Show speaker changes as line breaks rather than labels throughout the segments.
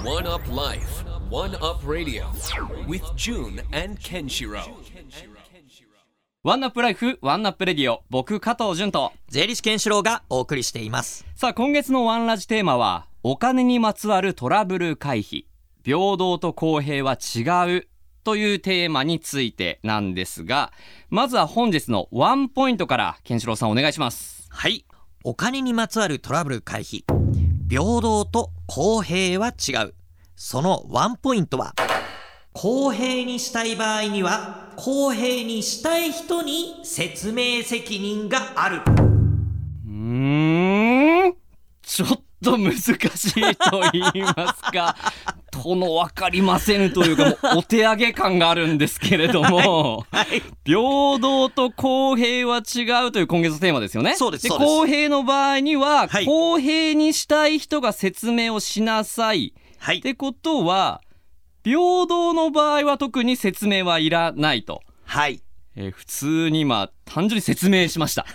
One Up Life, One Up Radio with June and Kenshiro.
ワンナップライフワンナップレディオ、僕加藤潤と
税理士健志郎がお送りしています。
さあ、今月のワンラジテーマはお金にまつわるトラブル回避、平等と公平は違うというテーマについてなんですが、まずは本日のワンポイントから健志郎さんお願いします。
はい、お金にまつわるトラブル回避、平等と公平は違う。そのワンポイントは、公平にしたい場合には公平にしたい人に説明責任がある。
ちょっと難しいと言いますかとの分かりませぬというか、もうお手上げ感があるんですけれども、はい、平等と公平は違うという今月のテーマですよね。
そうです。
公平の場合には、はい、公平にしたい人が説明をしなさい、はい、ってことは平等の場合は特に説明はいらないと。
はい、
普通に単純に説明しました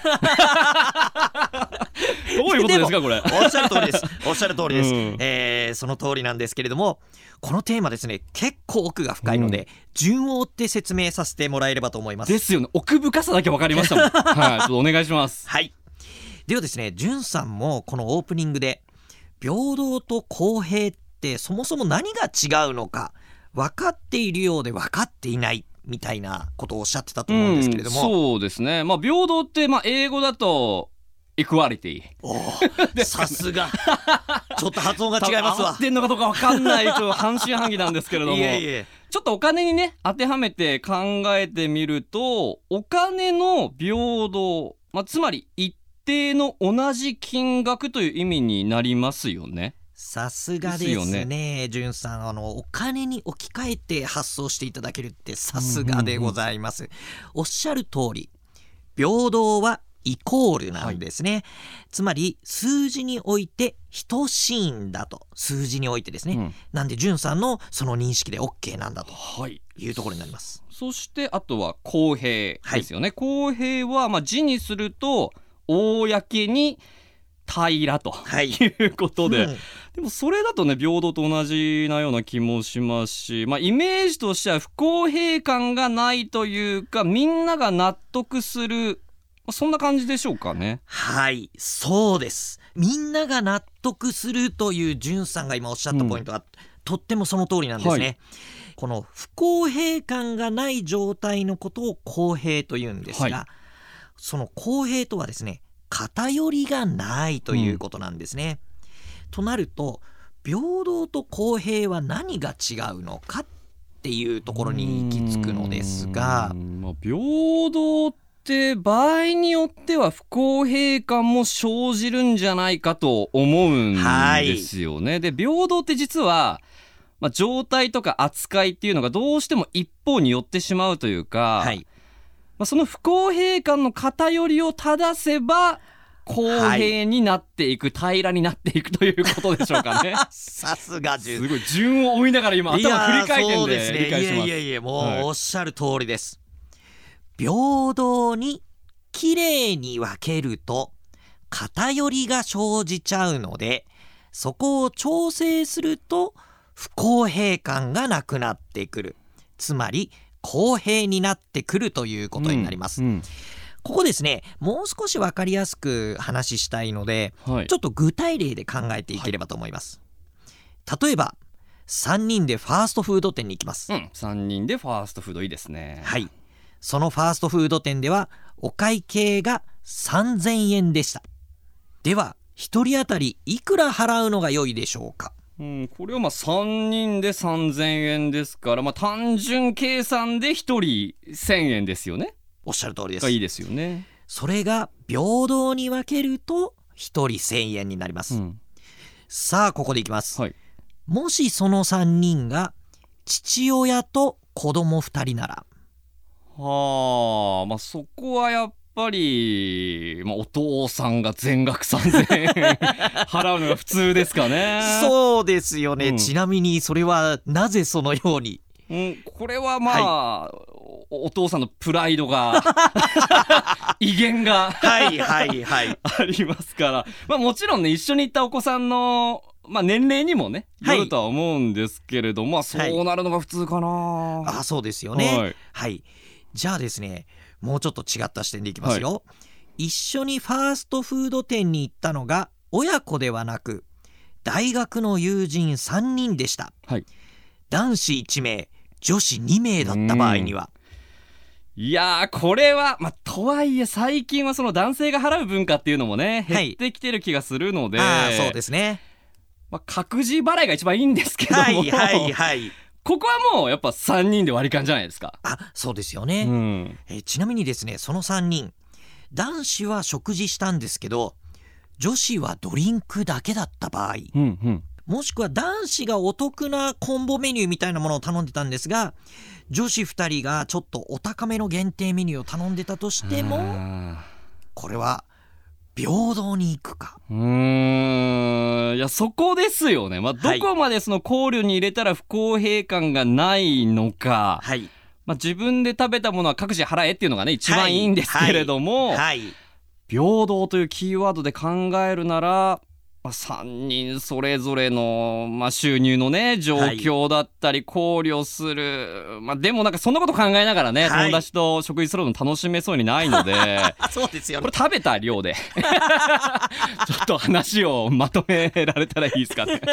どういうことですかこれ。
おっしゃる通りですおっしゃる通りです、その通りなんですけれども、このテーマですね、結構奥が深いので、順を追って説明させてもらえればと思います。
ですよね、奥深さだけ分かりましたもんはい、ちょっとお願いします。
はい、ではですね、潤さんもこのオープニングで平等と公平ってそもそも何が違うのか分かっているようで分かっていないみたいなことをおっしゃってたと思うんですけれども、
そうですね、平等って、英語だとイクアリティ
さすがちょっと発音が違いますわ。
合ってんのかどうか分かんないと半信半疑なんですけれどもちょっとお金にね当てはめて考えてみると、お金の平等、つまり一定の同じ金額という意味になりますよね。
さすがですね、潤さん、お金に置き換えて発想していただけるってさすがでございます、おっしゃる通り、平等はイコールなんですね、つまり数字において等しいんだと、数字においてですね、なんで潤さんのその認識で OK なんだというところになります、
そしてあとは公平ですよね、公平は字にすると公に平らということで、でもそれだとね平等と同じなような気もしますし、イメージとしては不公平感がないというか、みんなが納得する、そんな感じでしょうかね。
はい、そうです。みんなが納得するという潤さんが今おっしゃったポイントは、とってもその通りなんですね、この不公平感がない状態のことを公平というんですが、その公平とはですね、偏りがないということなんですね、となると平等と公平は何が違うのかっていうところに行き着くのですが、
平等って場合によっては不公平感も生じるんじゃないかと思うんですよね、で平等って実は、状態とか扱いっていうのがどうしても一方に寄ってしまうというか、その不公平感の偏りを正せば公平になっていく、平らになっていくということでしょうかね
さすが
すごい順を追いながら今頭振り回転で理解します。
いやもうおっしゃる通りです、平等にきれいに分けると偏りが生じちゃうので、そこを調整すると不公平感がなくなってくる、つまり公平になってくるということになります、ここですね、もう少し分かりやすく話したいので、ちょっと具体例で考えていければと思います、例えば3人でファーストフード店に行きます、
3人でファーストフードいいですね。
はい、そのファーストフード店ではお会計が3000円でした。では1人当たりいくら払うのが良いでしょうか。
これは3人で3000円ですから、単純計算で1人1000円ですよね。
おっしゃる通りです。
いいですよね。
それが平等に分けると1人1000円になります、さあここでいきます、もしその3人が父親と子供2人なら、
そこはやっぱり、お父さんが全額3000円払うのが普通ですかね
そうですよね、ちなみにそれはなぜそのように。
これはお父さんのプライドが威厳がありますから、もちろんね一緒に行ったお子さんの年齢にもね
はい
よるとは思うんですけれども、そうなるのが普通かな。
そうですよね。
はい
はい、じゃあですね、もうちょっと違った視点でいきますよ。一緒にファーストフード店に行ったのが親子ではなく大学の友人3人でした。
はい、
男子1名女子2名だった場合には。
いやーこれは、とはいえ最近はその男性が払う文化っていうのもね減ってきてる気がするので、
そうですね。
各自払いが一番いいんですけども、
はいはいはい。
ここはもうやっぱ3人で割り勘じゃないですか。
そうですよね。ちなみにですね、その3人男子は食事したんですけど女子はドリンクだけだった場合、もしくは男子がお得なコンボメニューみたいなものを頼んでたんですが女子2人がちょっとお高めの限定メニューを頼んでたとしてもこれは平等にいくか。
いやそこですよね。どこまでその考慮に入れたら不公平感がないのか、自分で食べたものは各自払えっていうのがね一番いいんですけれども、平等というキーワードで考えるなら、3人それぞれの、収入のね状況だったり考慮する、でもなんかそんなこと考えながらね、友達と食事するの楽しめそうにないので
そうですよね。
これ食べた量でちょっと話をまとめられたらいいですかね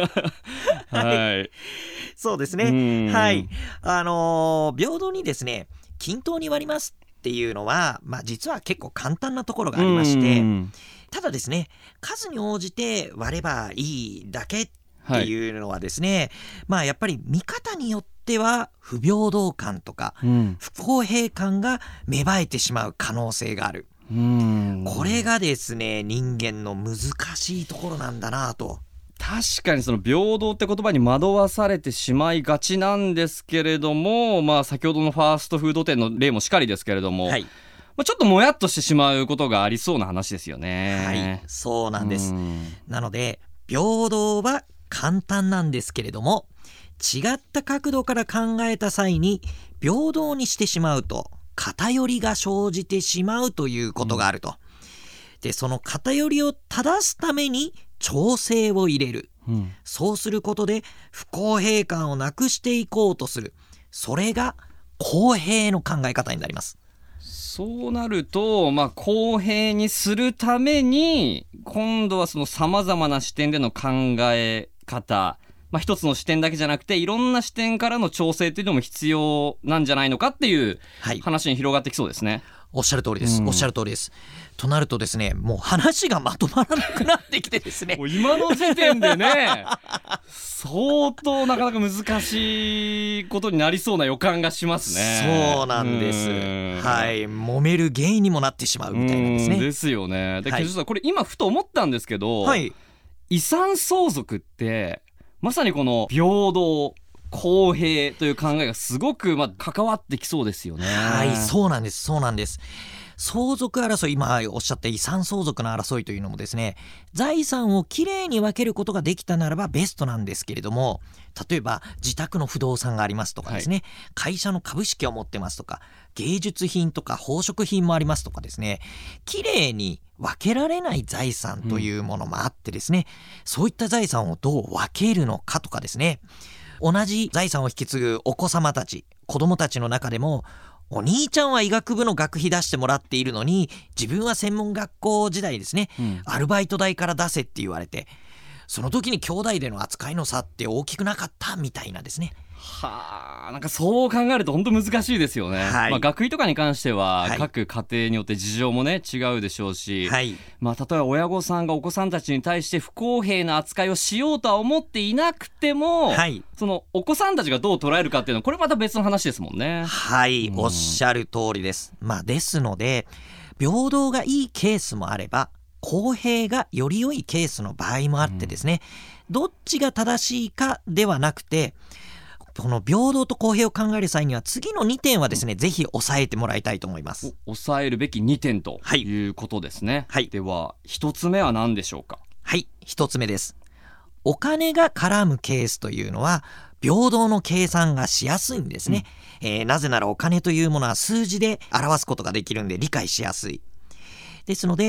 そうですね。平等にですね均等に割りますっていうのは、実は結構簡単なところがありまして、ただですね数に応じて割ればいいだけっていうのはですね、やっぱり見方によっては不平等感とか、不公平感が芽生えてしまう可能性がある。これがですね人間の難しいところなんだなと。
確かにその平等って言葉に惑わされてしまいがちなんですけれども、先ほどのファーストフード店の例もしかりですけれども、ちょっともやっとしてしまうことがありそうな話ですよね。
そうなんです。なので平等は簡単なんですけれども違った角度から考えた際に平等にしてしまうと偏りが生じてしまうということがあると。でその偏りを正すために調整を入れる、そうすることで不公平感をなくしていこうとする、それが公平の考え方になります。
そうなると、公平にするために今度はその様々な視点での考え方、一つの視点だけじゃなくていろんな視点からの調整っていうのも必要なんじゃないのかっていう話に広がってきそうですね。
おっしゃる通りです。おっしゃる通りです。となるとですねもう話がまとまらなくなってきてですね
もう今の時点でね相当なかなか難しいことになりそうな予感がしますね。
そうなんです。揉める原因にもなってしまうみたいなんですね。
ですよね。で、実はこれ今ふと思ったんですけど、遺産相続ってまさにこの平等公平という考えがすごく関わってきそうですよね。
そうなんです。そうなんです。相続争い、今おっしゃった遺産相続の争いというのもですね財産をきれいに分けることができたならばベストなんですけれども、例えば自宅の不動産がありますとかですね、会社の株式を持ってますとか芸術品とか宝飾品もありますとかですね、きれいに分けられない財産というものもあってですね、そういった財産をどう分けるのかとかですね、同じ財産を引き継ぐお子様たち子供たちの中でもお兄ちゃんは医学部の学費出してもらっているのに自分は専門学校時代ですね、アルバイト代から出せって言われてその時に兄弟での扱いの差って大きくなかったみたいなですね。
なんかそう考えると本当難しいですよね。学費とかに関しては各家庭によって事情もね違うでしょうし、例えば親御さんがお子さんたちに対して不公平な扱いをしようとは思っていなくても、そのお子さんたちがどう捉えるかっていうのはこれまた別の話ですもんね。
おっしゃる通りです。ですので平等がいいケースもあれば公平がより良いケースの場合もあってですね、どっちが正しいかではなくてこの平等と公平を考える際には次の2点はですねぜひ押さえてもらいたいと思います。
押さえるべき2点ということですね。では1つ目は何でしょうか。
1つ目です。お金が絡むケースというのは平等の計算がしやすいんですね。なぜならお金というものは数字で表すことができるんで理解しやすいですので、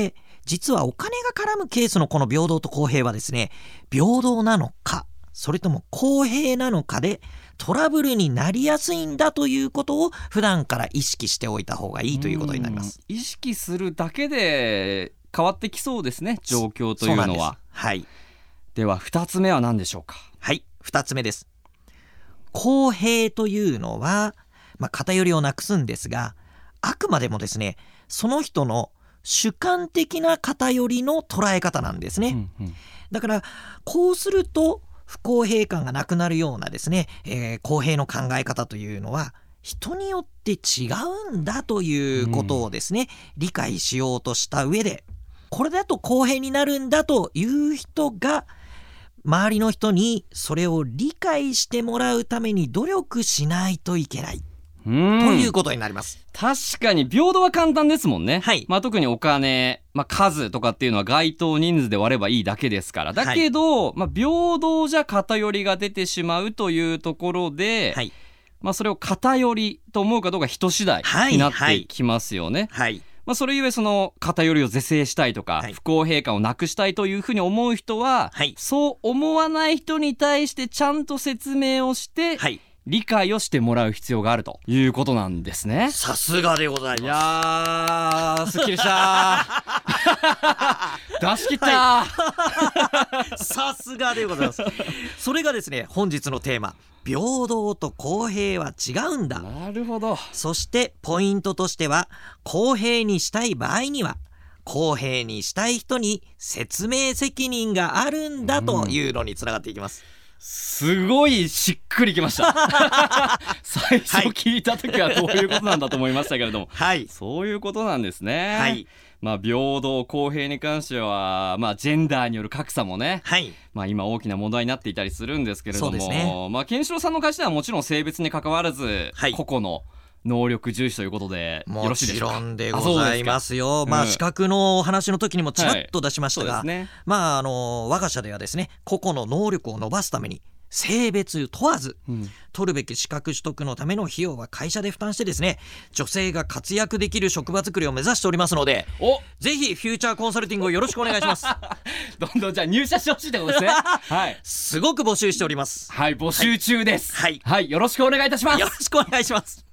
実はお金が絡むケースのこの平等と公平はですね、平等なのかそれとも公平なのかでトラブルになりやすいんだということを普段から意識しておいた方がいいということになります。
意識するだけで変わってきそうですね、状況というのは。
はい、
では2つ目は何でしょうか。
はい、2つ目です。公平というのは、偏りをなくすんですが、あくまでもですね、その人の主観的な偏りの捉え方なんですね。だからこうすると不公平感がなくなるようなですね、公平の考え方というのは人によって違うんだということをですね、理解しようとした上で、これだと公平になるんだという人が周りの人にそれを理解してもらうために努力しないといけないということになります。
確かに平等は簡単ですもんね。
はい、
特にお金、数とかっていうのは該当人数で割ればいいだけですから。だけど、平等じゃ偏りが出てしまうというところで、はい、それを偏りと思うかどうか人次第になってきますよね。
はい、
それゆえその偏りを是正したいとか、不公平感をなくしたいというふうに思う人は、そう思わない人に対してちゃんと説明をして、理解をしてもらう必要があるということなんですね。
さすがでございます。
いやー、すっきりした出し切った、
さすがでございます。それがですね、本日のテーマ、平等と公平は違うんだ。
なるほど。
そしてポイントとしては、公平にしたい場合には公平にしたい人に説明責任があるんだというのにつながっていきます。
すごいしっくりきました最初聞いた時はどういうことなんだと思いましたけれども、そういうことなんですね。平等公平に関しては、ジェンダーによる格差もね、今大きな問題になっていたりするんですけれども、ケンシロウさんの会社ではもちろん性別に関わらず、個々の能力重視ということでよろしいでしょうか。
もちろんでございますよ。資格のお話の時にもちらっと出しましたが、我が社ではですね、個々の能力を伸ばすために性別問わず、取るべき資格取得のための費用は会社で負担してですね、女性が活躍できる職場作りを目指しておりますので、ぜひフューチャーコンサルティングをよろしくお願いします
どんどんじゃあ入社してほしいってことですね
すごく募集しております。
募集中です。
よ
ろしくお願いいたします。
よろしくお願いします。